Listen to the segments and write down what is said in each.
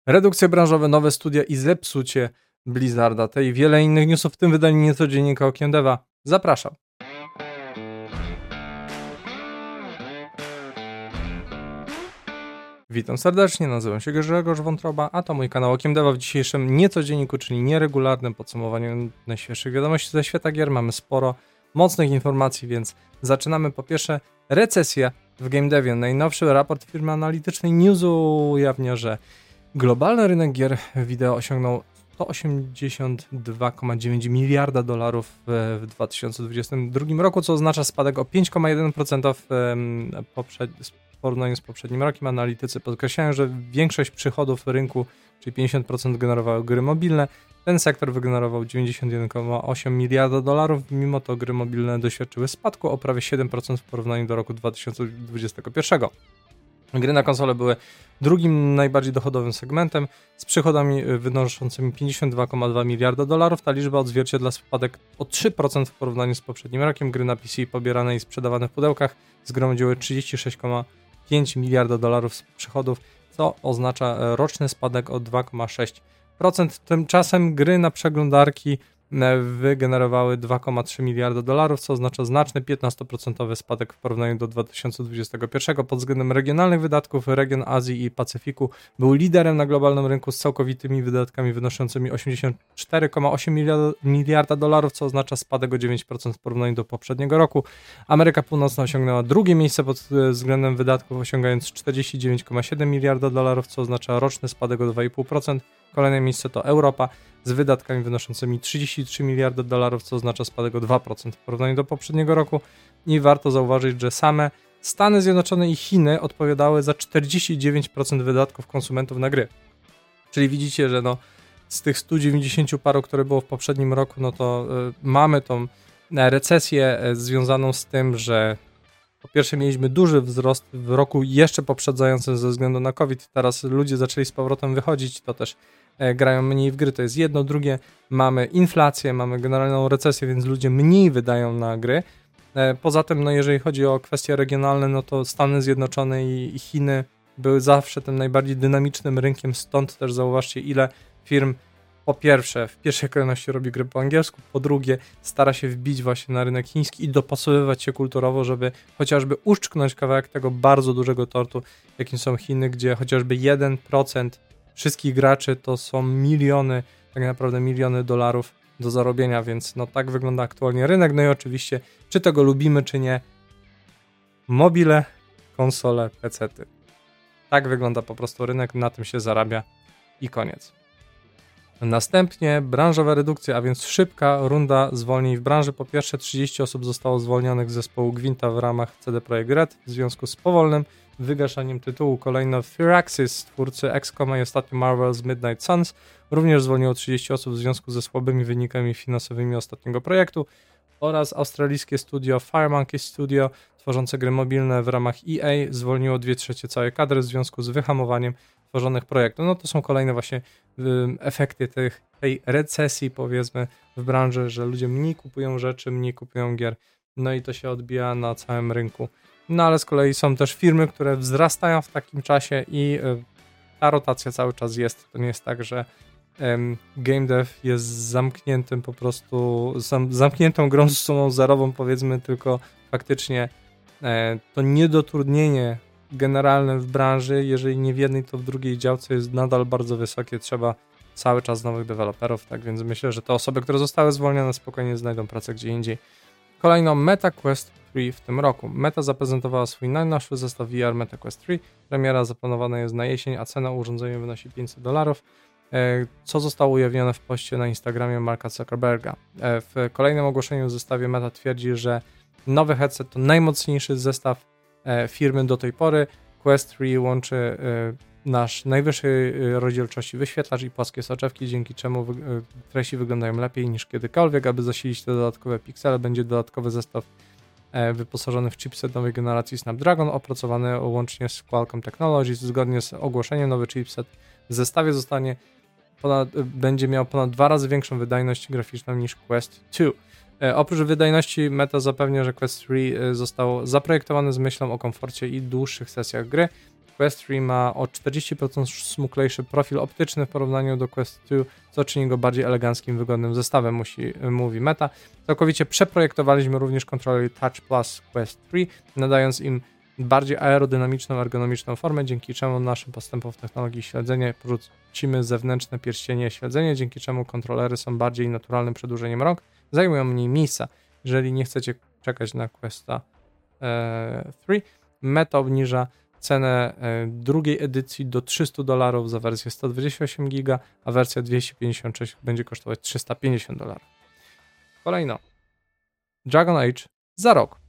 Redukcje branżowe, nowe studia i zepsucie Blizzarda. Te i wiele innych newsów w tym wydaniu Nieco Dziennika Okiem Deva. Zapraszam. Witam serdecznie, nazywam się Grzegorz Wątroba, a to mój kanał Okiem Deva. W dzisiejszym Nieco Dzienniku, czyli nieregularnym podsumowaniu najświeższych wiadomości ze świata gier, mamy sporo mocnych informacji, więc zaczynamy. Po pierwsze, recesja w game devie. Najnowszy raport firmy analitycznej Newzoo ujawnia, że globalny rynek gier wideo osiągnął $182,9 miliarda w 2022 roku, co oznacza spadek o 5,1% w porównaniu z poprzednim rokiem. Analitycy podkreślają, że większość przychodów rynku, czyli 50%, generowały gry mobilne. Ten sektor wygenerował $91,8 miliarda, mimo to gry mobilne doświadczyły spadku o prawie 7% w porównaniu do roku 2021. Gry na konsolę były drugim najbardziej dochodowym segmentem, z przychodami wynoszącymi $52,2 miliarda. Ta liczba odzwierciedla spadek o 3% w porównaniu z poprzednim rokiem. Gry na PC pobierane i sprzedawane w pudełkach zgromadziły $36,5 miliarda z przychodów, co oznacza roczny spadek o 2,6%. Tymczasem gry na przeglądarki wygenerowały $2,3 miliarda, co oznacza znaczny 15% spadek w porównaniu do 2021. Pod względem regionalnych wydatków region Azji i Pacyfiku był liderem na globalnym rynku z całkowitymi wydatkami wynoszącymi $84,8 miliarda, co oznacza spadek o 9% w porównaniu do poprzedniego roku. Ameryka Północna osiągnęła drugie miejsce pod względem wydatków, osiągając $49,7 miliarda, co oznacza roczny spadek o 2,5%. Kolejne miejsce to Europa z wydatkami wynoszącymi $33 miliardy, co oznacza spadek o 2% w porównaniu do poprzedniego roku. I warto zauważyć, że same Stany Zjednoczone i Chiny odpowiadały za 49% wydatków konsumentów na gry. Czyli widzicie, że z tych 190 paru, które było w poprzednim roku, mamy tą recesję związaną z tym, że po pierwsze mieliśmy duży wzrost w roku jeszcze poprzedzającym ze względu na COVID. Teraz ludzie zaczęli z powrotem wychodzić, to też grają mniej w gry, to jest jedno. Drugie, mamy inflację, mamy generalną recesję, więc ludzie mniej wydają na gry. Poza tym, jeżeli chodzi o kwestie regionalne, to Stany Zjednoczone i Chiny były zawsze tym najbardziej dynamicznym rynkiem, stąd też zauważcie, ile firm po pierwsze w pierwszej kolejności robi gry po angielsku, po drugie stara się wbić właśnie na rynek chiński i dopasowywać się kulturowo, żeby chociażby uszczknąć kawałek tego bardzo dużego tortu, jakim są Chiny, gdzie chociażby 1% wszystkich graczy to są miliony, tak naprawdę miliony dolarów do zarobienia, więc tak wygląda aktualnie rynek. No i oczywiście, czy tego lubimy, czy nie, mobile, konsole, pecety. Tak wygląda po prostu rynek, na tym się zarabia i koniec. Następnie branżowe redukcje, a więc szybka runda zwolnień w branży. Po pierwsze, 30 osób zostało zwolnionych z zespołu Gwinta w ramach CD Projekt Red w związku z powolnym wygaszaniem tytułu. Kolejno Firaxis, twórcy XCOM i ostatnio Marvel's Midnight Suns, również zwolniło 30 osób w związku ze słabymi wynikami finansowymi ostatniego projektu, oraz australijskie studio Firemonkey Studio, tworzące gry mobilne w ramach EA, zwolniło 2/3 całej kadry w związku z wyhamowaniem tworzonych projektów. To są kolejne właśnie efekty tej recesji, powiedzmy, w branży, że ludzie mniej kupują rzeczy, mniej kupują gier, i to się odbija na całym rynku. Ale z kolei są też firmy, które wzrastają w takim czasie i ta rotacja cały czas jest. To nie jest tak, że game dev jest zamkniętym po prostu, zamkniętą grą z sumą zerową, powiedzmy, tylko faktycznie to niedotrudnienie generalne w branży, jeżeli nie w jednej, to w drugiej działce jest nadal bardzo wysokie. Trzeba cały czas nowych deweloperów, tak więc myślę, że te osoby, które zostały zwolnione, spokojnie znajdą pracę gdzie indziej. Kolejno Meta Quest 3 w tym roku. Meta zaprezentowała swój najnowszy zestaw VR Meta Quest 3. Premiera zaplanowana jest na jesień, a cena urządzenia wynosi $500, co zostało ujawnione w poście na Instagramie Marka Zuckerberga. W kolejnym ogłoszeniu w zestawie Meta twierdzi, że nowy headset to najmocniejszy zestaw firmy do tej pory. Quest 3 łączy nasz najwyższej rozdzielczości wyświetlacz i płaskie soczewki, dzięki czemu treści wyglądają lepiej niż kiedykolwiek. Aby zasilić te dodatkowe piksele, będzie dodatkowy zestaw wyposażony w chipset nowej generacji Snapdragon, opracowany łącznie z Qualcomm Technologies. Zgodnie z ogłoszeniem nowy chipset w zestawie będzie miał ponad 2 razy większą wydajność graficzną niż Quest 2. Oprócz wydajności Meta zapewnia, że Quest 3 został zaprojektowany z myślą o komforcie i dłuższych sesjach gry. Quest 3 ma o 40% smuklejszy profil optyczny w porównaniu do Quest 2, co czyni go bardziej eleganckim, wygodnym zestawem, mówi Meta. Całkowicie przeprojektowaliśmy również kontrolery Touch Plus Quest 3, nadając im bardziej aerodynamiczną, ergonomiczną formę, dzięki czemu naszym postępom w technologii śledzenia wrócimy zewnętrzne pierścienie śledzenia, dzięki czemu kontrolery są bardziej naturalnym przedłużeniem rąk, zajmują mniej miejsca. Jeżeli nie chcecie czekać na Questa 3, Meta obniża cenę drugiej edycji do $300 za wersję 128 GB, a wersja 256 będzie kosztować $350. Kolejno Dragon Age za rok.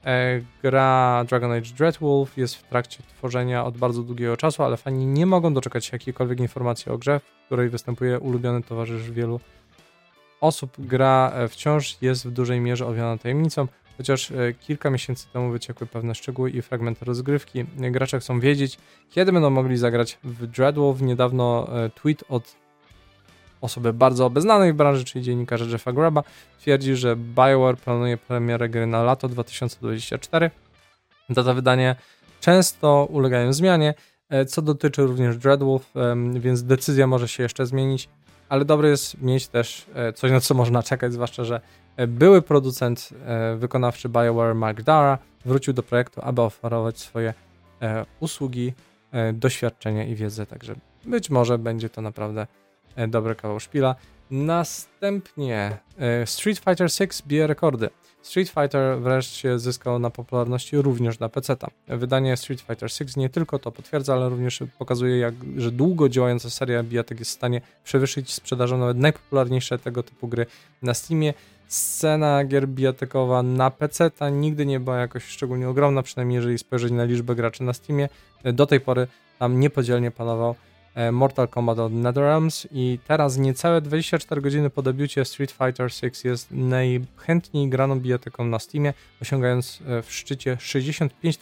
Gra Dragon Age Dreadwolf jest w trakcie tworzenia od bardzo długiego czasu, ale fani nie mogą doczekać się jakiejkolwiek informacji o grze, w której występuje ulubiony towarzysz wielu osób. Gra wciąż jest w dużej mierze owiana tajemnicą, chociaż kilka miesięcy temu wyciekły pewne szczegóły i fragmenty rozgrywki. Gracze chcą wiedzieć, kiedy będą mogli zagrać w Dreadwolf. Niedawno tweet od osoby bardzo obeznanej w branży, czyli dziennikarza Jeffa Grubba, twierdzi, że BioWare planuje premierę gry na lato 2024. Data wydania często ulegają zmianie, co dotyczy również Dreadwolf, więc decyzja może się jeszcze zmienić, ale dobre jest mieć też coś, na co można czekać, zwłaszcza, że były producent wykonawczy BioWare Mark Dara wrócił do projektu, aby oferować swoje usługi, doświadczenia i wiedzę, także być może będzie to naprawdę dobry kawał szpila. Następnie Street Fighter VI bije rekordy. Street Fighter wreszcie zyskał na popularności również na PC-ta. Wydanie Street Fighter VI nie tylko to potwierdza, ale również pokazuje, że długo działająca seria bijatek jest w stanie przewyższyć sprzedażą nawet najpopularniejsze tego typu gry na Steamie. Scena gier bijatekowa na PC-ta nigdy nie była jakoś szczególnie ogromna, przynajmniej jeżeli spojrzeć na liczbę graczy na Steamie. Do tej pory tam niepodzielnie panował Mortal Kombat od NetherRealms i teraz niecałe 24 godziny po debiucie Street Fighter VI jest najchętniej graną bijatyką na Steamie, osiągając w szczycie 65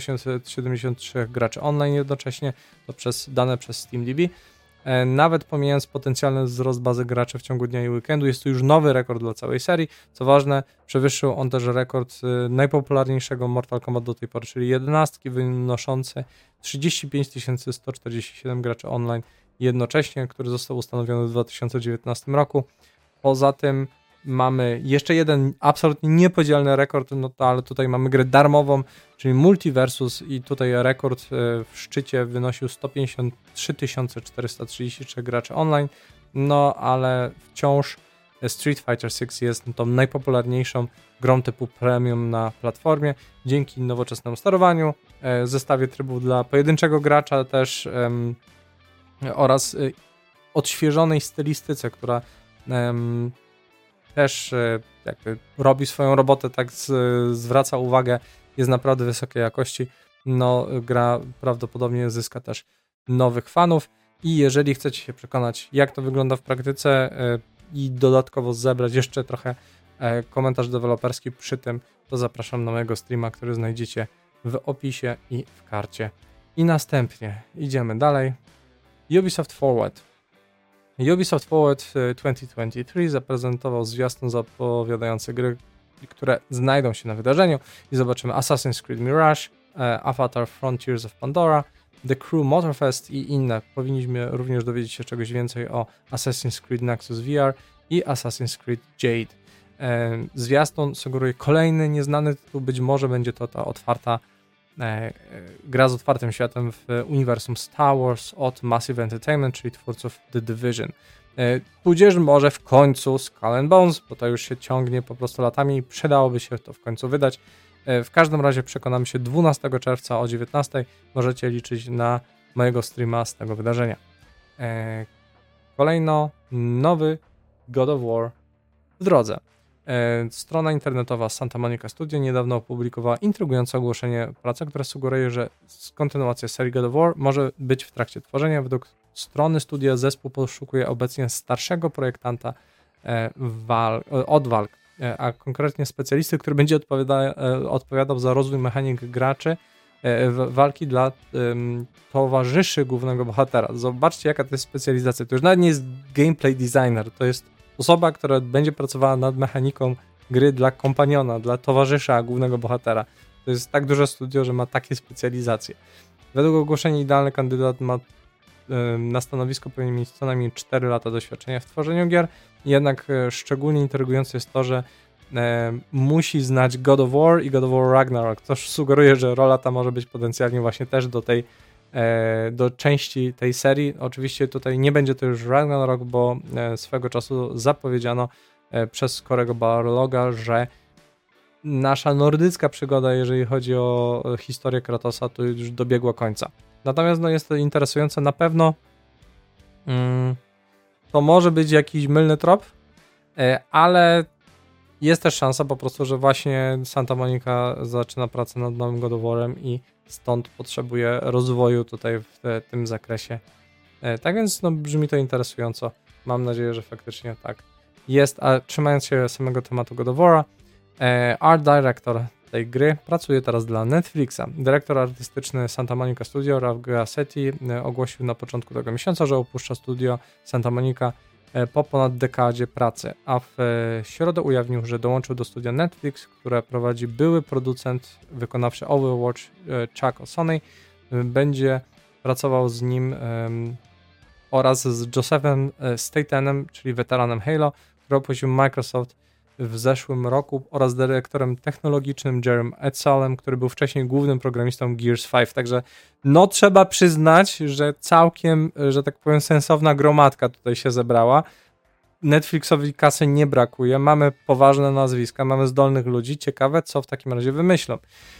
873 graczy online jednocześnie, to dane przez SteamDB. Nawet pomijając potencjalny wzrost bazy graczy w ciągu dnia i weekendu, jest to już nowy rekord dla całej serii. Co ważne, przewyższył on też rekord najpopularniejszego Mortal Kombat do tej pory, czyli 11, wynoszący 35 147 graczy online jednocześnie, który został ustanowiony w 2019 roku. Poza tym mamy jeszcze jeden absolutnie niepodzielny rekord, ale tutaj mamy grę darmową, czyli Multiversus i tutaj rekord w szczycie wynosił 153 433 graczy online, ale wciąż Street Fighter VI jest tą najpopularniejszą grą typu premium na platformie, dzięki nowoczesnemu sterowaniu, zestawie trybów dla pojedynczego gracza też oraz odświeżonej stylistyce, która też jakby robi swoją robotę, tak zwraca uwagę, jest naprawdę wysokiej jakości. Gra prawdopodobnie zyska też nowych fanów i jeżeli chcecie się przekonać, jak to wygląda w praktyce i dodatkowo zebrać jeszcze trochę komentarz deweloperski przy tym, to zapraszam na mojego streama, który znajdziecie w opisie i w karcie. I następnie idziemy dalej. Ubisoft Forward. Ubisoft Forward 2023 zaprezentował zwiastun zapowiadający gry, które znajdą się na wydarzeniu i zobaczymy Assassin's Creed Mirage, Avatar Frontiers of Pandora, The Crew Motorfest i inne. Powinniśmy również dowiedzieć się czegoś więcej o Assassin's Creed Nexus VR i Assassin's Creed Jade. Zwiastun sugeruje kolejny nieznany tytuł, być może będzie to ta otwarta gra z otwartym światem w uniwersum Star Wars od Massive Entertainment, czyli twórców The Division. Tudzież może w końcu Skull and Bones, bo to już się ciągnie po prostu latami i przydałoby się to w końcu wydać. W każdym razie przekonamy się 12 czerwca o 19:00. Możecie liczyć na mojego streama z tego wydarzenia. Kolejno nowy God of War w drodze. Strona internetowa Santa Monica Studio niedawno opublikowała intrygujące ogłoszenie pracy, które sugeruje, że kontynuacja serii God of War może być w trakcie tworzenia. Według strony studia zespół poszukuje obecnie starszego projektanta od Valve, a konkretnie specjalisty, który będzie odpowiadał za rozwój mechanik graczy walki dla towarzyszy głównego bohatera. Zobaczcie, jaka to jest specjalizacja. To już nawet nie jest gameplay designer, to jest osoba, która będzie pracowała nad mechaniką gry dla kompaniona, dla towarzysza głównego bohatera. To jest tak duże studio, że ma takie specjalizacje. Według ogłoszenia idealny kandydat ma na stanowisko powinien mieć co najmniej 4 lata doświadczenia w tworzeniu gier, jednak szczególnie intrygujące jest to, że musi znać God of War i God of War Ragnarok, co sugeruje, że rola ta może być potencjalnie właśnie też do części tej serii. Oczywiście tutaj nie będzie to już Ragnarok, bo swego czasu zapowiedziano przez Scorego Barloga, że nasza nordycka przygoda, jeżeli chodzi o historię Kratosa, to już dobiegła końca. Natomiast jest to interesujące na pewno. To może być jakiś mylny trop, ale jest też szansa po prostu, że właśnie Santa Monica zaczyna pracę nad nowym God of War'em i stąd potrzebuje rozwoju tutaj w tym zakresie. Tak więc brzmi to interesująco. Mam nadzieję, że faktycznie tak jest. A trzymając się samego tematu God of War'a, art director tej gry pracuje teraz dla Netflixa. Dyrektor artystyczny Santa Monica Studio, Ralph Grassetti, ogłosił na początku tego miesiąca, że opuszcza studio Santa Monica po ponad dekadzie pracy, a w środę ujawnił, że dołączył do studia Netflix, które prowadzi były producent wykonawczy Overwatch Chuck O'Soney. Będzie pracował z nim oraz z Josephem Statenem, czyli weteranem Halo, który opuścił Microsoft w zeszłym roku, oraz dyrektorem technologicznym Jerem Etzalem, który był wcześniej głównym programistą Gears 5. Także trzeba przyznać, że całkiem, że tak powiem, sensowna gromadka tutaj się zebrała. Netflixowi kasy nie brakuje, mamy poważne nazwiska, mamy zdolnych ludzi. Ciekawe, co w takim razie wymyślą.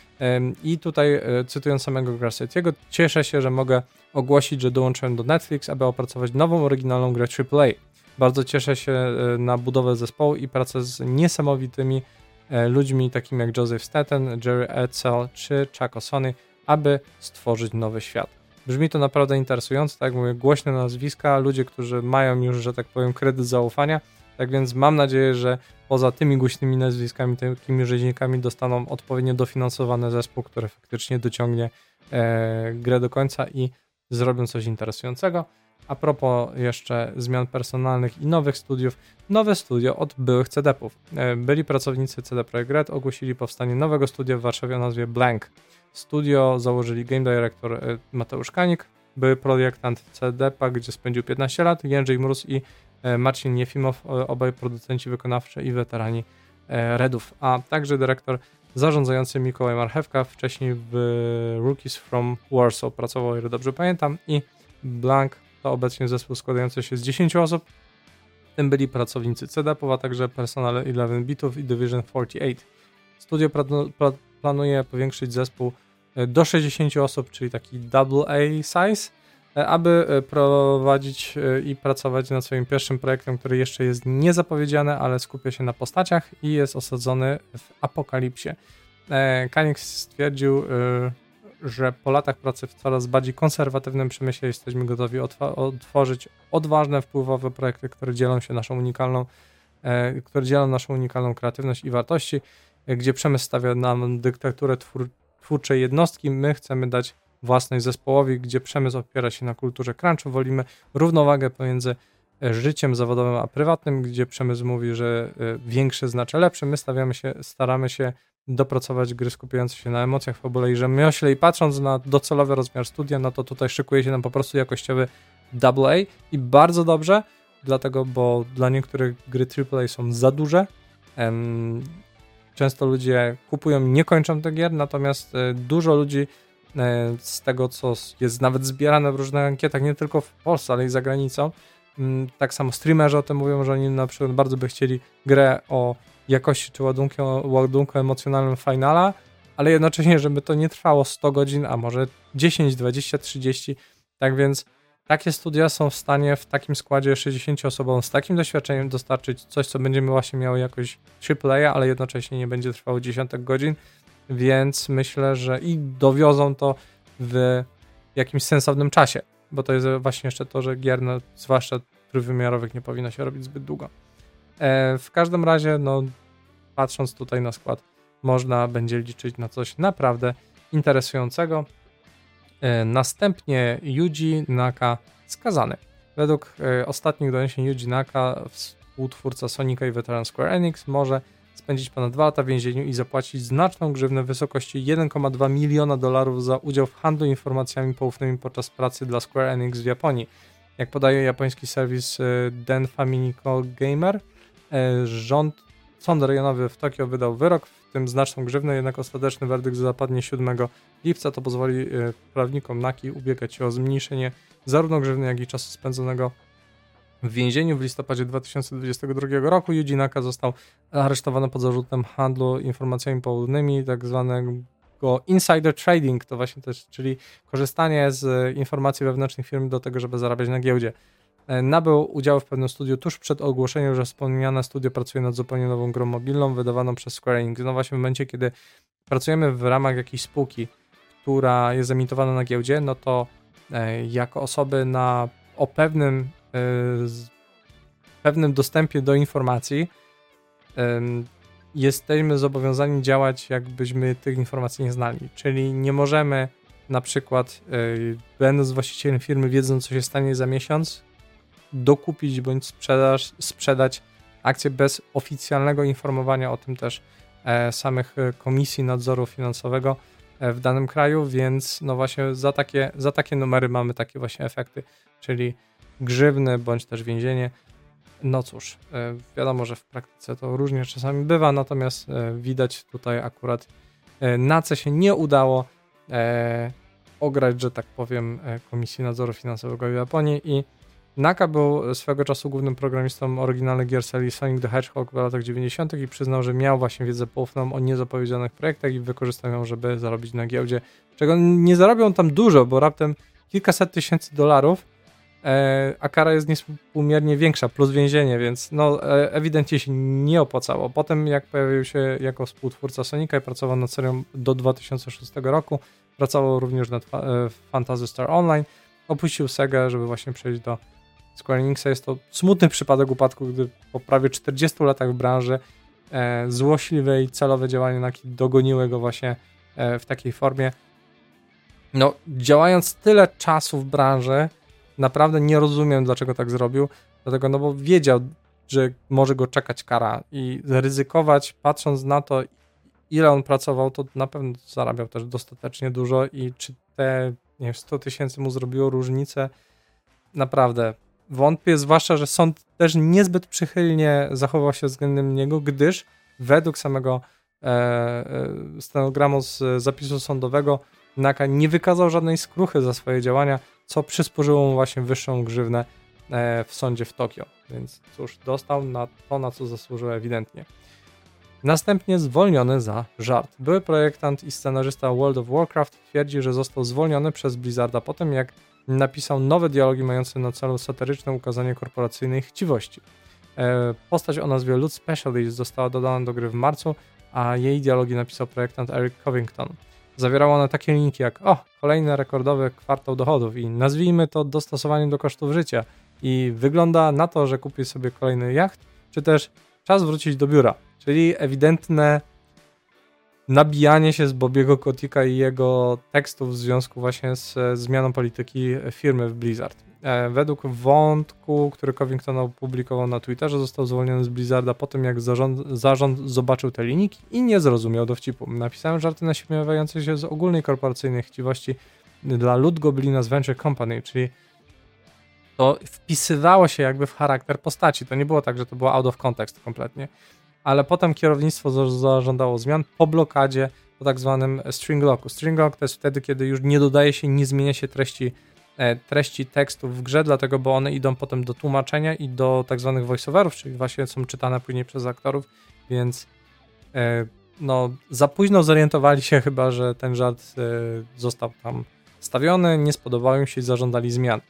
I tutaj, cytując samego Grassettiego, cieszę się, że mogę ogłosić, że dołączyłem do Netflix, aby opracować nową, oryginalną grę AAA. Bardzo cieszę się na budowę zespołu i pracę z niesamowitymi ludźmi, takimi jak Joseph Staten, Jerry Edsel czy Chuck O'Soney, aby stworzyć nowy świat. Brzmi to naprawdę interesująco, tak jak mówię, głośne nazwiska, ludzie, którzy mają już, że tak powiem, kredyt zaufania, tak więc mam nadzieję, że poza tymi głośnymi nazwiskami, takimi rzeźnikami dostaną odpowiednio dofinansowany zespół, który faktycznie dociągnie grę do końca i zrobią coś interesującego. A propos jeszcze zmian personalnych i nowych studiów, nowe studio od byłych CD-ów. Byli pracownicy CD Projekt Red ogłosili powstanie nowego studia w Warszawie o nazwie Blank. Studio założyli game director Mateusz Kanik, były projektant CD-pa, gdzie spędził 15 lat, Jędrzej Mróz i Marcin Jefimow, obaj producenci wykonawczy i weterani Redów, a także dyrektor zarządzający Mikołaj Marchewka, wcześniej w Rookies from Warsaw pracował, o ile dobrze pamiętam, i Blank to obecnie zespół składający się z 10 osób, w tym byli pracownicy CD-ów, a także personel 11 bitów i Division 48. Studio planuje powiększyć zespół do 60 osób, czyli taki double A size, aby prowadzić i pracować nad swoim pierwszym projektem, który jeszcze jest niezapowiedziany, ale skupia się na postaciach i jest osadzony w apokalipsie. Kanik stwierdził, że po latach pracy w coraz bardziej konserwatywnym przemyśle jesteśmy gotowi otworzyć odważne, wpływowe projekty, które dzielą naszą unikalną kreatywność i wartości, gdzie przemysł stawia nam dyktaturę twórczej jednostki, my chcemy dać własność zespołowi, gdzie przemysł opiera się na kulturze crunchu, wolimy równowagę pomiędzy życiem zawodowym a prywatnym, gdzie przemysł mówi, że większy znaczy lepszy, my staramy się dopracować gry skupiające się na emocjach, fabule i rzemiośle i patrząc na docelowy rozmiar studia, no to tutaj szykuje się nam po prostu jakościowy AA i bardzo dobrze, dlatego, bo dla niektórych gry AAA są za duże. Często ludzie kupują i nie kończą tych gier, natomiast dużo ludzi z tego, co jest nawet zbierane w różnych ankietach, nie tylko w Polsce, ale i za granicą, tak samo streamerzy o tym mówią, że oni na przykład bardzo by chcieli grę o jakości czy ładunku emocjonalnym finala, ale jednocześnie, żeby to nie trwało 100 godzin, a może 10, 20, 30. Tak więc takie studia są w stanie w takim składzie 60 osobom z takim doświadczeniem dostarczyć coś, co będziemy właśnie miały jakoś AAA, ale jednocześnie nie będzie trwało dziesiątek godzin, więc myślę, że i dowiozą to w jakimś sensownym czasie, bo to jest właśnie jeszcze to, że gier, zwłaszcza trójwymiarowych, nie powinno się robić zbyt długo. W każdym razie, patrząc tutaj na skład, można będzie liczyć na coś naprawdę interesującego. Następnie Yuji Naka skazany. Według ostatnich doniesień Yuji Naka, współtwórca Sonika i weteran Square Enix, może spędzić ponad 2 lata w więzieniu i zapłacić znaczną grzywnę w wysokości $1,2 miliona za udział w handlu informacjami poufnymi podczas pracy dla Square Enix w Japonii. Jak podaje japoński serwis Den Faminico Gamer, sąd rejonowy w Tokio wydał wyrok, w tym znaczną grzywnę, jednak ostateczny werdykt zapadnie 7 lipca. To pozwoli prawnikom Naki ubiegać się o zmniejszenie zarówno grzywny, jak i czasu spędzonego w więzieniu. W listopadzie 2022 roku Yuji Naka został aresztowany pod zarzutem handlu informacjami poufnymi, tak zwanego insider trading, to właśnie też, czyli korzystanie z informacji wewnętrznych firm do tego, żeby zarabiać na giełdzie. Nabył udział w pewnym studiu tuż przed ogłoszeniem, że wspomniane studio pracuje nad zupełnie nową grą mobilną wydawaną przez Square Enix. No właśnie w momencie, kiedy pracujemy w ramach jakiejś spółki, która jest emitowana na giełdzie, no to jako osoby o pewnym dostępie do informacji jesteśmy zobowiązani działać, jakbyśmy tych informacji nie znali. Czyli nie możemy na przykład, będąc właścicielem firmy, wiedząc, co się stanie za miesiąc, dokupić bądź sprzedać akcje bez oficjalnego informowania o tym też samych komisji nadzoru finansowego w danym kraju, więc no właśnie za takie numery mamy takie właśnie efekty, czyli grzywny bądź też więzienie. No cóż, wiadomo, że w praktyce to różnie czasami bywa, natomiast widać tutaj akurat Nace się nie udało ograć, że tak powiem, Komisji Nadzoru Finansowego w Japonii i Naka był swego czasu głównym programistą oryginalnych gier serii Sonic the Hedgehog w latach 90. i przyznał, że miał właśnie wiedzę poufną o niezapowiedzianych projektach i wykorzystał ją, żeby zarobić na giełdzie, czego nie zarobią tam dużo, bo raptem kilkaset tysięcy dolarów, a kara jest niewspółmiernie większa, plus więzienie, więc no ewidentnie się nie opłacało. Potem jak pojawił się jako współtwórca Sonika i pracował nad serią do 2006 roku, pracował również nad Phantasy Star Online, opuścił Sega, żeby właśnie przejść do Square Enixa. Jest to smutny przypadek upadku, gdy po prawie 40 latach w branży złośliwe i celowe działania Naki dogoniły go właśnie w takiej formie. No, działając tyle czasu w branży, naprawdę nie rozumiem, dlaczego tak zrobił, dlatego, no bo wiedział, że może go czekać kara i ryzykować, patrząc na to, ile on pracował, to na pewno zarabiał też dostatecznie dużo i czy te 100 tysięcy mu zrobiło różnicę, naprawdę wątpię, zwłaszcza, że sąd też niezbyt przychylnie zachował się względem niego, gdyż według samego stenogramu z zapisu sądowego Naka nie wykazał żadnej skruchy za swoje działania, co przysporzyło mu właśnie wyższą grzywnę w sądzie w Tokio. Więc cóż, dostał na to, na co zasłużył ewidentnie. Następnie zwolniony za żart. Były projektant i scenarzysta World of Warcraft twierdzi, że został zwolniony przez Blizzarda po tym, jak napisał nowe dialogi mające na celu satyryczne ukazanie korporacyjnej chciwości. Postać o nazwie Loot Specialist została dodana do gry w marcu, a jej dialogi napisał projektant Eric Covington. Zawierało one takie linki jak kolejny rekordowy kwartał dochodów i nazwijmy to dostosowaniem do kosztów życia i wygląda na to, że kupi sobie kolejny jacht, czy też czas wrócić do biura, czyli ewidentne nabijanie się z Bobiego Koticka i jego tekstów w związku właśnie z zmianą polityki firmy w Blizzard. Według wątku, który Covington opublikował na Twitterze, został zwolniony z Blizzarda po tym, jak zarząd zobaczył te linijki i nie zrozumiał dowcipu. Napisałem żarty naśmiewające się z ogólnej korporacyjnej chciwości dla Loot Goblina z Venture Company, czyli to wpisywało się jakby w charakter postaci. To nie było tak, że to było out of context kompletnie. Ale potem kierownictwo zażądało zmian po blokadzie, po tak zwanym string locku. String lock to jest wtedy, kiedy już nie dodaje się, nie zmienia się treści tekstów w grze, dlatego, bo one idą potem do tłumaczenia i do tak zwanych voiceoverów, czyli właśnie są czytane później przez aktorów, więc no za późno zorientowali się chyba, że ten żart został tam stawiony, nie spodobał im się i zażądali zmian.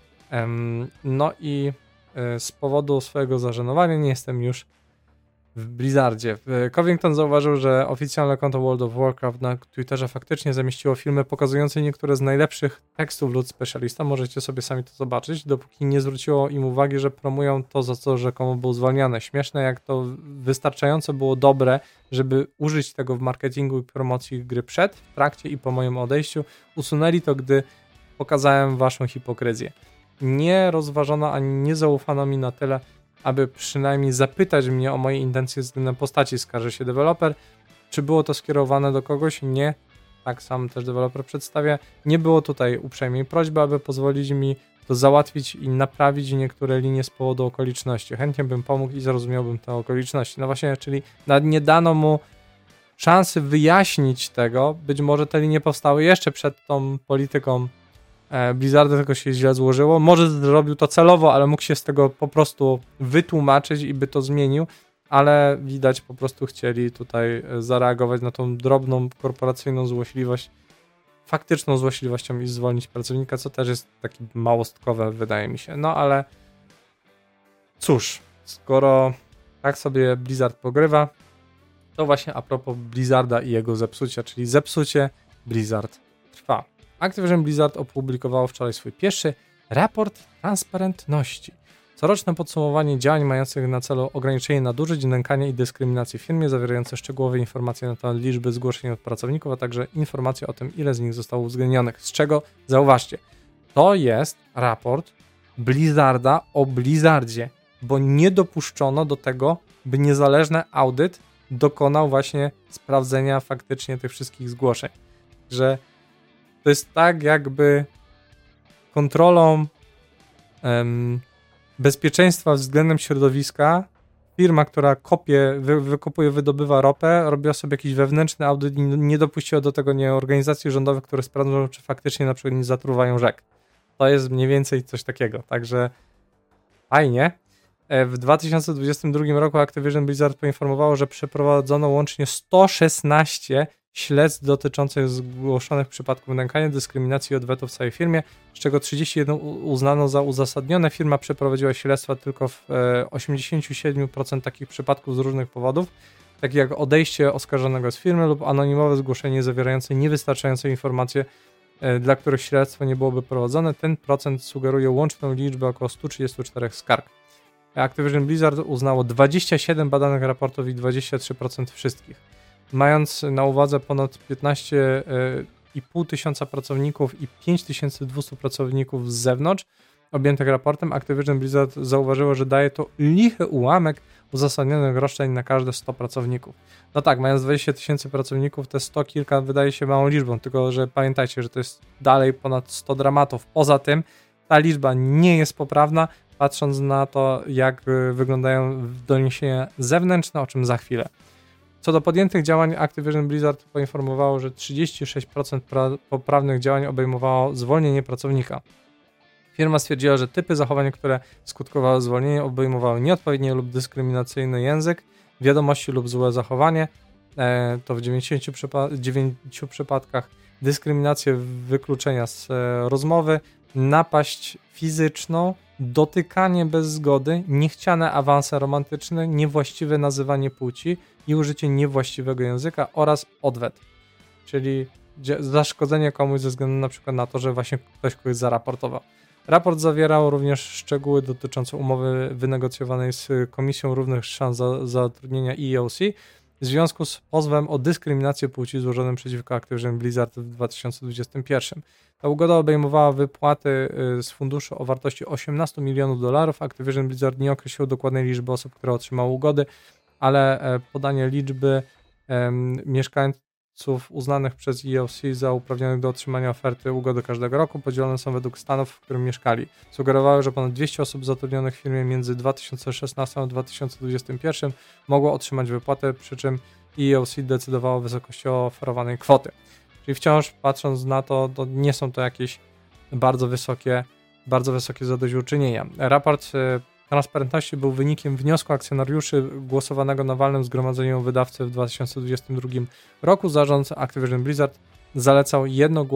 No i z powodu swojego zażenowania nie jestem już w Blizzardzie. Covington zauważył, że oficjalne konto World of Warcraft na Twitterze faktycznie zamieściło filmy pokazujące niektóre z najlepszych tekstów Loot Specialista. Możecie sobie sami to zobaczyć, dopóki nie zwróciło im uwagi, że promują to, za co rzekomo był zwalniany. Śmieszne, jak to wystarczająco było dobre, żeby użyć tego w marketingu i promocji gry przed, w trakcie i po moim odejściu. Usunęli to, gdy pokazałem waszą hipokryzję. Nie rozważono ani nie zaufano mi na tyle, aby przynajmniej zapytać mnie o moje intencje względem postaci, skarży się deweloper. Czy było to skierowane do kogoś? Nie. Tak sam też deweloper przedstawia. Nie było tutaj uprzejmej prośby, aby pozwolić mi to załatwić i naprawić niektóre linie z powodu okoliczności. Chętnie bym pomógł i zrozumiałbym te okoliczności. No właśnie, czyli nie dano mu szansy wyjaśnić tego. Być może te linie powstały jeszcze przed tą polityką Blizzarda, tylko się źle złożyło. Może zrobił to celowo, ale mógł się z tego po prostu wytłumaczyć i by to zmienił, ale widać po prostu chcieli tutaj zareagować na tą drobną korporacyjną złośliwość, faktyczną złośliwością i zwolnić pracownika, co też jest takie małostkowe, wydaje mi się. No ale cóż, skoro tak sobie Blizzard pogrywa, to właśnie a propos Blizzarda i jego zepsucia, czyli zepsucie Blizzard trwa. Activision Blizzard opublikowało wczoraj swój pierwszy raport transparentności. Coroczne podsumowanie działań mających na celu ograniczenie nadużyć, nękania i dyskryminacji w firmie, zawierające szczegółowe informacje na temat liczby zgłoszeń od pracowników, a także informacje o tym, ile z nich zostało uwzględnionych. Z czego, zauważcie, to jest raport Blizzarda o Blizzardzie, bo nie dopuszczono do tego, by niezależny audyt dokonał właśnie sprawdzenia faktycznie tych wszystkich zgłoszeń. Że to jest tak, jakby kontrolą bezpieczeństwa względem środowiska firma, która wykopuje, wydobywa ropę, robiła sobie jakiś wewnętrzny audyt i nie dopuściła do tego organizacji rządowych, które sprawdzą, czy faktycznie na przykład nie zatruwają rzek. To jest mniej więcej coś takiego. Także fajnie. W 2022 roku Activision Blizzard poinformowało, że przeprowadzono łącznie 116 śledztw dotyczących zgłoszonych przypadków nękania, dyskryminacji i odwetu w całej firmie, z czego 31 uznano za uzasadnione. Firma przeprowadziła śledztwa tylko w 87% takich przypadków z różnych powodów, takich jak odejście oskarżonego z firmy lub anonimowe zgłoszenie zawierające niewystarczające informacje, dla których śledztwo nie byłoby prowadzone. Ten procent sugeruje łączną liczbę około 134 skarg. Activision Blizzard uznało 27 badanych raportów i 23% wszystkich. Mając na uwadze ponad 15,5 tysiąca pracowników i 5200 pracowników z zewnątrz objętych raportem, Activision Blizzard zauważyło, że daje to lichy ułamek uzasadnionych roszczeń na każde 100 pracowników. No tak, mając 20 tysięcy pracowników, te 100 kilka wydaje się małą liczbą, tylko że pamiętajcie, że to jest dalej ponad 100 dramatów. Poza tym ta liczba nie jest poprawna, patrząc na to, jak wyglądają doniesienia zewnętrzne, o czym za chwilę. Co do podjętych działań, Activision Blizzard poinformowało, że 36% poprawnych działań obejmowało zwolnienie pracownika. Firma stwierdziła, że typy zachowań, które skutkowały zwolnieniem, obejmowały nieodpowiedni lub dyskryminacyjny język, wiadomości lub złe zachowanie, to w 9 przypadkach, dyskryminację, wykluczenia z rozmowy, napaść fizyczną, dotykanie bez zgody, niechciane awanse romantyczne, niewłaściwe nazywanie płci i użycie niewłaściwego języka oraz odwet, czyli zaszkodzenie komuś ze względu na przykład na to, że właśnie ktoś kogoś zaraportował. Raport zawierał również szczegóły dotyczące umowy wynegocjowanej z Komisją Równych Szans Zatrudnienia EEOC w związku z pozwem o dyskryminację płci złożonym przeciwko Activision Blizzard w 2021. Ta ugoda obejmowała wypłaty z funduszu o wartości $18 milionów. Activision Blizzard nie określił dokładnej liczby osób, które otrzymały ugody, ale podanie liczby mieszkańców uznanych przez EEOC za uprawnionych do otrzymania oferty ugody każdego roku podzielone są według stanów, w którym mieszkali. Sugerowały, że ponad 200 osób zatrudnionych w firmie między 2016 a 2021 mogło otrzymać wypłatę, przy czym EEOC decydowało o wysokości oferowanej kwoty. Czyli wciąż patrząc na to, to nie są to jakieś bardzo wysokie zadośćuczynienia. Raport transparentności był wynikiem wniosku akcjonariuszy głosowanego na walnym zgromadzeniu wydawcy w 2022 roku. Zarząd Activision Blizzard zalecał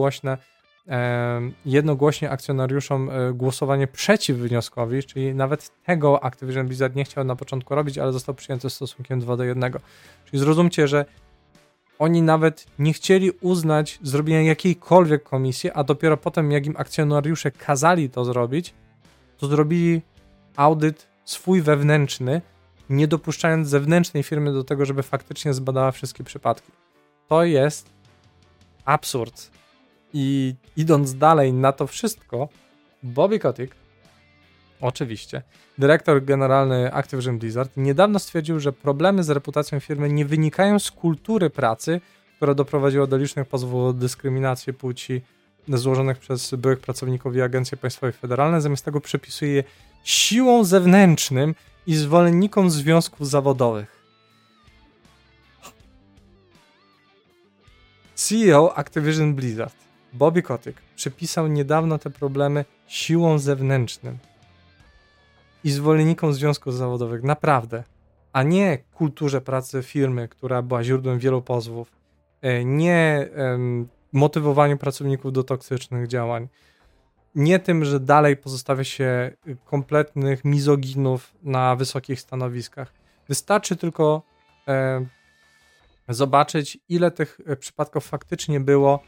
jednogłośnie akcjonariuszom głosowanie przeciw wnioskowi, czyli nawet tego Activision Blizzard nie chciał na początku robić, ale został przyjęty stosunkiem 2:1. Czyli zrozumcie, że oni nawet nie chcieli uznać zrobienia jakiejkolwiek komisji, a dopiero potem, jak im akcjonariusze kazali to zrobić, to zrobili audyt swój wewnętrzny, nie dopuszczając zewnętrznej firmy do tego, żeby faktycznie zbadała wszystkie przypadki. To jest absurd. I idąc dalej na to wszystko, Bobby Kotick Oczywiście. Dyrektor generalny Activision Blizzard niedawno stwierdził, że problemy z reputacją firmy nie wynikają z kultury pracy, która doprowadziła do licznych pozwów o dyskryminację płci złożonych przez byłych pracowników i agencje państwowe i federalne. Zamiast tego przypisuje je siłą zewnętrznym i zwolennikom związków zawodowych. CEO Activision Blizzard, Bobby Kotick, przypisał niedawno te problemy siłą zewnętrznym i zwolennikom związków zawodowych. Naprawdę. A nie kulturze pracy firmy, która była źródłem wielu pozwów. Nie motywowaniu pracowników do toksycznych działań. Nie tym, że dalej pozostawia się kompletnych mizoginów na wysokich stanowiskach. Wystarczy tylko zobaczyć, ile tych przypadków faktycznie było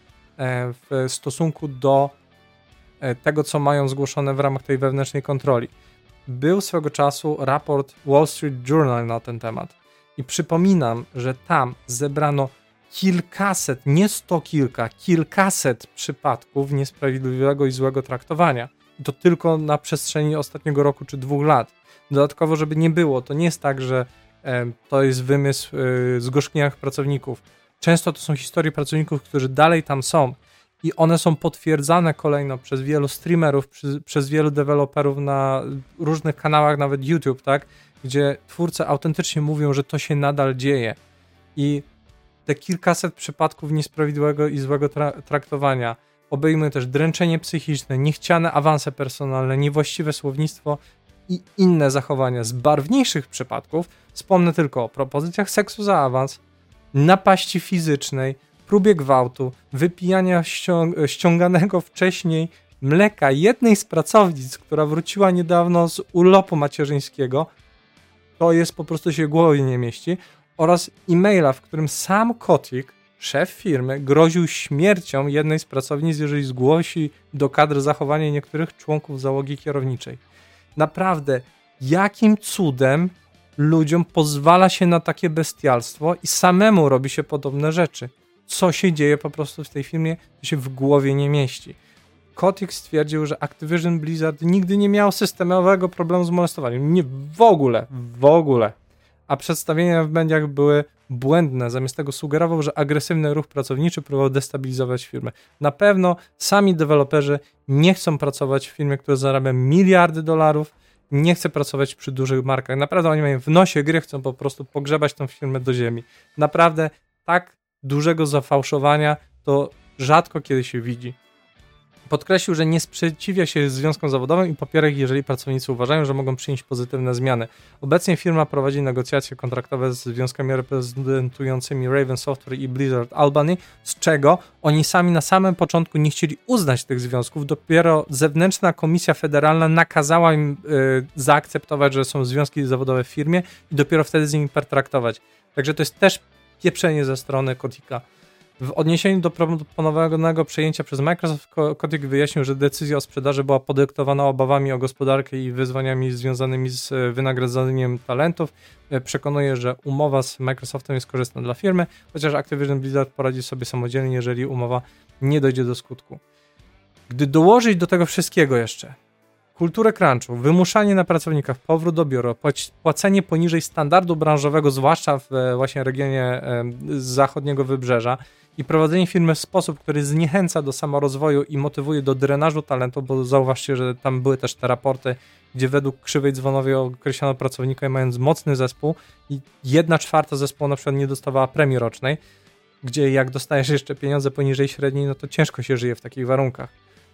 w stosunku do tego, co mają zgłoszone w ramach tej wewnętrznej kontroli. Był swego czasu raport Wall Street Journal na ten temat i przypominam, że tam zebrano kilkaset, nie sto kilka, kilkaset przypadków niesprawiedliwego i złego traktowania. I to tylko na przestrzeni ostatniego roku czy 2 lat. Dodatkowo, żeby nie było, to nie jest tak, że to jest wymysł zgorzkniałych pracowników. Często to są historie pracowników, którzy dalej tam są i one są potwierdzane kolejno przez wielu streamerów, przez wielu deweloperów na różnych kanałach, nawet YouTube, tak, gdzie twórcy autentycznie mówią, że to się nadal dzieje. I te kilkaset przypadków niesprawiedliwego i złego traktowania obejmuje też dręczenie psychiczne, niechciane awanse personalne, niewłaściwe słownictwo i inne zachowania. Z barwniejszych przypadków wspomnę tylko o propozycjach seksu za awans, napaści fizycznej, próbie gwałtu, wypijania ściąganego wcześniej mleka jednej z pracownic, która wróciła niedawno z urlopu macierzyńskiego, to jest po prostu się w głowie nie mieści, oraz e-maila, w którym sam Kotick, szef firmy, groził śmiercią jednej z pracownic, jeżeli zgłosi do kadr zachowanie niektórych członków załogi kierowniczej. Naprawdę, jakim cudem ludziom pozwala się na takie bestialstwo i samemu robi się podobne rzeczy? Co się dzieje po prostu w tej firmie, to się w głowie nie mieści. Kotick stwierdził, że Activision Blizzard nigdy nie miał systemowego problemu z molestowaniem. Nie, w ogóle. A przedstawienia w mediach były błędne. Zamiast tego sugerował, że agresywny ruch pracowniczy próbował destabilizować firmę. Na pewno sami deweloperzy nie chcą pracować w firmie, która zarabia miliardy dolarów, nie chce pracować przy dużych markach. Naprawdę oni mają w nosie gry, chcą po prostu pogrzebać tą firmę do ziemi. Naprawdę tak dużego zafałszowania to rzadko kiedy się widzi. Podkreślił, że nie sprzeciwia się związkom zawodowym i popiera ich, jeżeli pracownicy uważają, że mogą przynieść pozytywne zmiany. Obecnie firma prowadzi negocjacje kontraktowe z związkami reprezentującymi Raven Software i Blizzard Albany, z czego oni sami na samym początku nie chcieli uznać tych związków. Dopiero zewnętrzna komisja federalna nakazała im zaakceptować, że są związki zawodowe w firmie i dopiero wtedy z nimi pertraktować. Także to jest też pieprzenie ze strony Koticka. W odniesieniu do proponowanego przejęcia przez Microsoft, Kotick wyjaśnił, że decyzja o sprzedaży była podyktowana obawami o gospodarkę i wyzwaniami związanymi z wynagradzaniem talentów. Przekonuje, że umowa z Microsoftem jest korzystna dla firmy, chociaż Activision Blizzard poradzi sobie samodzielnie, jeżeli umowa nie dojdzie do skutku. Gdy dołożyć do tego wszystkiego jeszcze kulturę crunchu, wymuszanie na pracownikach, powrót do biura, płacenie poniżej standardu branżowego, zwłaszcza w właśnie regionie zachodniego wybrzeża i prowadzenie firmy w sposób, który zniechęca do samorozwoju i motywuje do drenażu talentu, bo zauważcie, że tam były też te raporty, gdzie według krzywej dzwonowej określono pracownika mając mocny zespół i 1/4 zespołu na przykład nie dostawała premii rocznej, gdzie jak dostajesz jeszcze pieniądze poniżej średniej, no to ciężko się żyje w takich warunkach.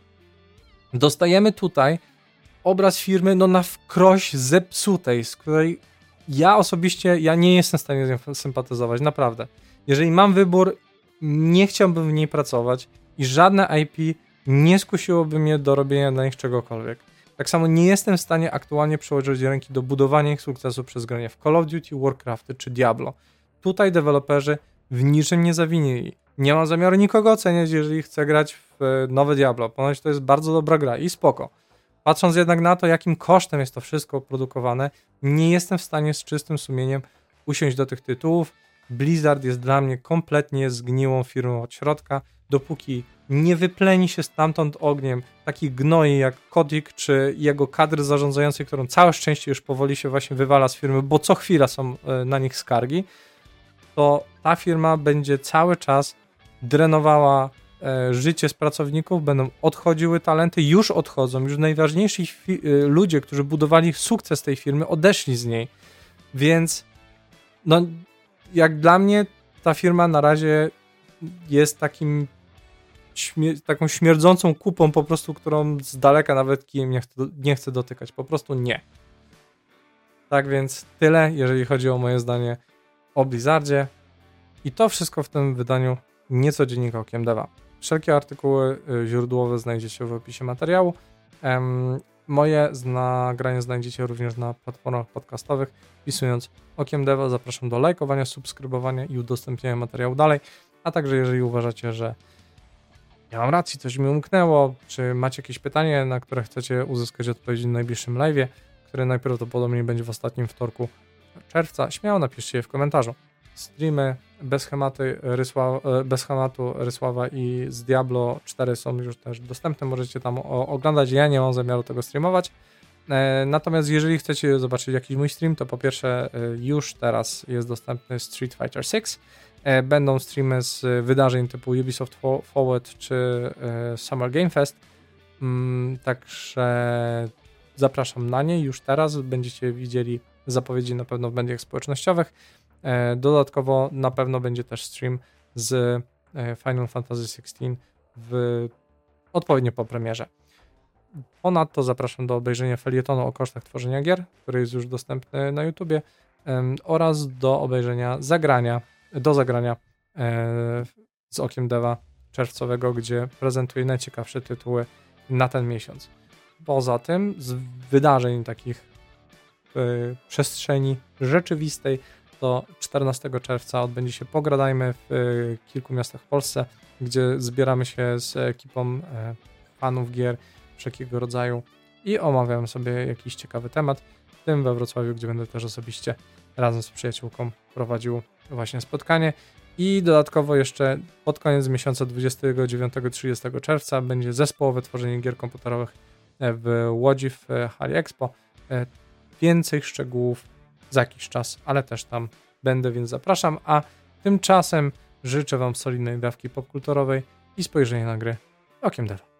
Dostajemy tutaj obraz firmy na wskroś zepsutej, z której ja osobiście nie jestem w stanie z nią sympatyzować, naprawdę. Jeżeli mam wybór, nie chciałbym w niej pracować i żadne IP nie skusiłoby mnie do robienia dla nich czegokolwiek. Tak samo nie jestem w stanie aktualnie przyłożyć ręki do budowania ich sukcesu przez granie w Call of Duty, Warcrafty czy Diablo. Tutaj deweloperzy w niczym nie zawinili. Nie mam zamiaru nikogo oceniać, jeżeli chce grać w nowe Diablo. Ponoć to jest bardzo dobra gra i spoko. Patrząc jednak na to, jakim kosztem jest to wszystko produkowane, nie jestem w stanie z czystym sumieniem usiąść do tych tytułów Blizzard jest dla mnie kompletnie zgniłą firmą od środka, dopóki nie wypleni się stamtąd ogniem takich gnoi jak Kotick czy jego kadry zarządzającej, którą całe szczęście już powoli się właśnie wywala z firmy, bo co chwila są na nich skargi, to ta firma będzie cały czas drenowała życie z pracowników, będą odchodziły talenty, już odchodzą, już najważniejsi ludzie, którzy budowali sukces tej firmy, odeszli z niej, więc no jak dla mnie ta firma na razie jest taką śmierdzącą kupą po prostu, którą z daleka nawet kijem nie chcę dotykać, po prostu nie. Tak więc tyle, jeżeli chodzi o moje zdanie o Blizzardzie i to wszystko w tym wydaniu nieco Dziennika Okiem Deva. Wszelkie artykuły źródłowe znajdziecie w opisie materiału. Moje nagranie znajdziecie również na platformach podcastowych, wpisując Okiem Deva. Zapraszam do lajkowania, subskrybowania i udostępniania materiału dalej, a także jeżeli uważacie, że ja mam racji, coś mi umknęło, czy macie jakieś pytanie, na które chcecie uzyskać odpowiedź w najbliższym live'ie, który najprawdopodobniej będzie w ostatnim wtorku czerwca, śmiało napiszcie je w komentarzu. Streamy bez schematu Rysława i z Diablo 4 są już też dostępne, możecie tam oglądać, ja nie mam zamiaru tego streamować. Natomiast jeżeli chcecie zobaczyć jakiś mój stream, to po pierwsze już teraz jest dostępny Street Fighter 6. Będą streamy z wydarzeń typu Ubisoft Forward czy Summer Game Fest. Także zapraszam na nie już teraz. Będziecie widzieli zapowiedzi na pewno w mediach społecznościowych. Dodatkowo na pewno będzie też stream z Final Fantasy XVI odpowiednio po premierze. Ponadto zapraszam do obejrzenia felietonu o kosztach tworzenia gier, który jest już dostępny na YouTubie, oraz do obejrzenia do zagrania z Okiem Deva czerwcowego, gdzie prezentuję najciekawsze tytuły na ten miesiąc. Poza tym z wydarzeń takich w przestrzeni rzeczywistej to 14 czerwca odbędzie się Pogradajmy w kilku miastach w Polsce, gdzie zbieramy się z ekipą fanów gier wszelkiego rodzaju i omawiam sobie jakiś ciekawy temat, w tym we Wrocławiu, gdzie będę też osobiście razem z przyjaciółką prowadził właśnie spotkanie. I dodatkowo jeszcze pod koniec miesiąca 29-30 czerwca będzie zespołowe tworzenie gier komputerowych w Łodzi w hali Expo. Więcej szczegółów za jakiś czas, ale też tam będę, więc zapraszam, a tymczasem życzę Wam solidnej dawki popkulturowej i spojrzenia na gry Okiem Deva.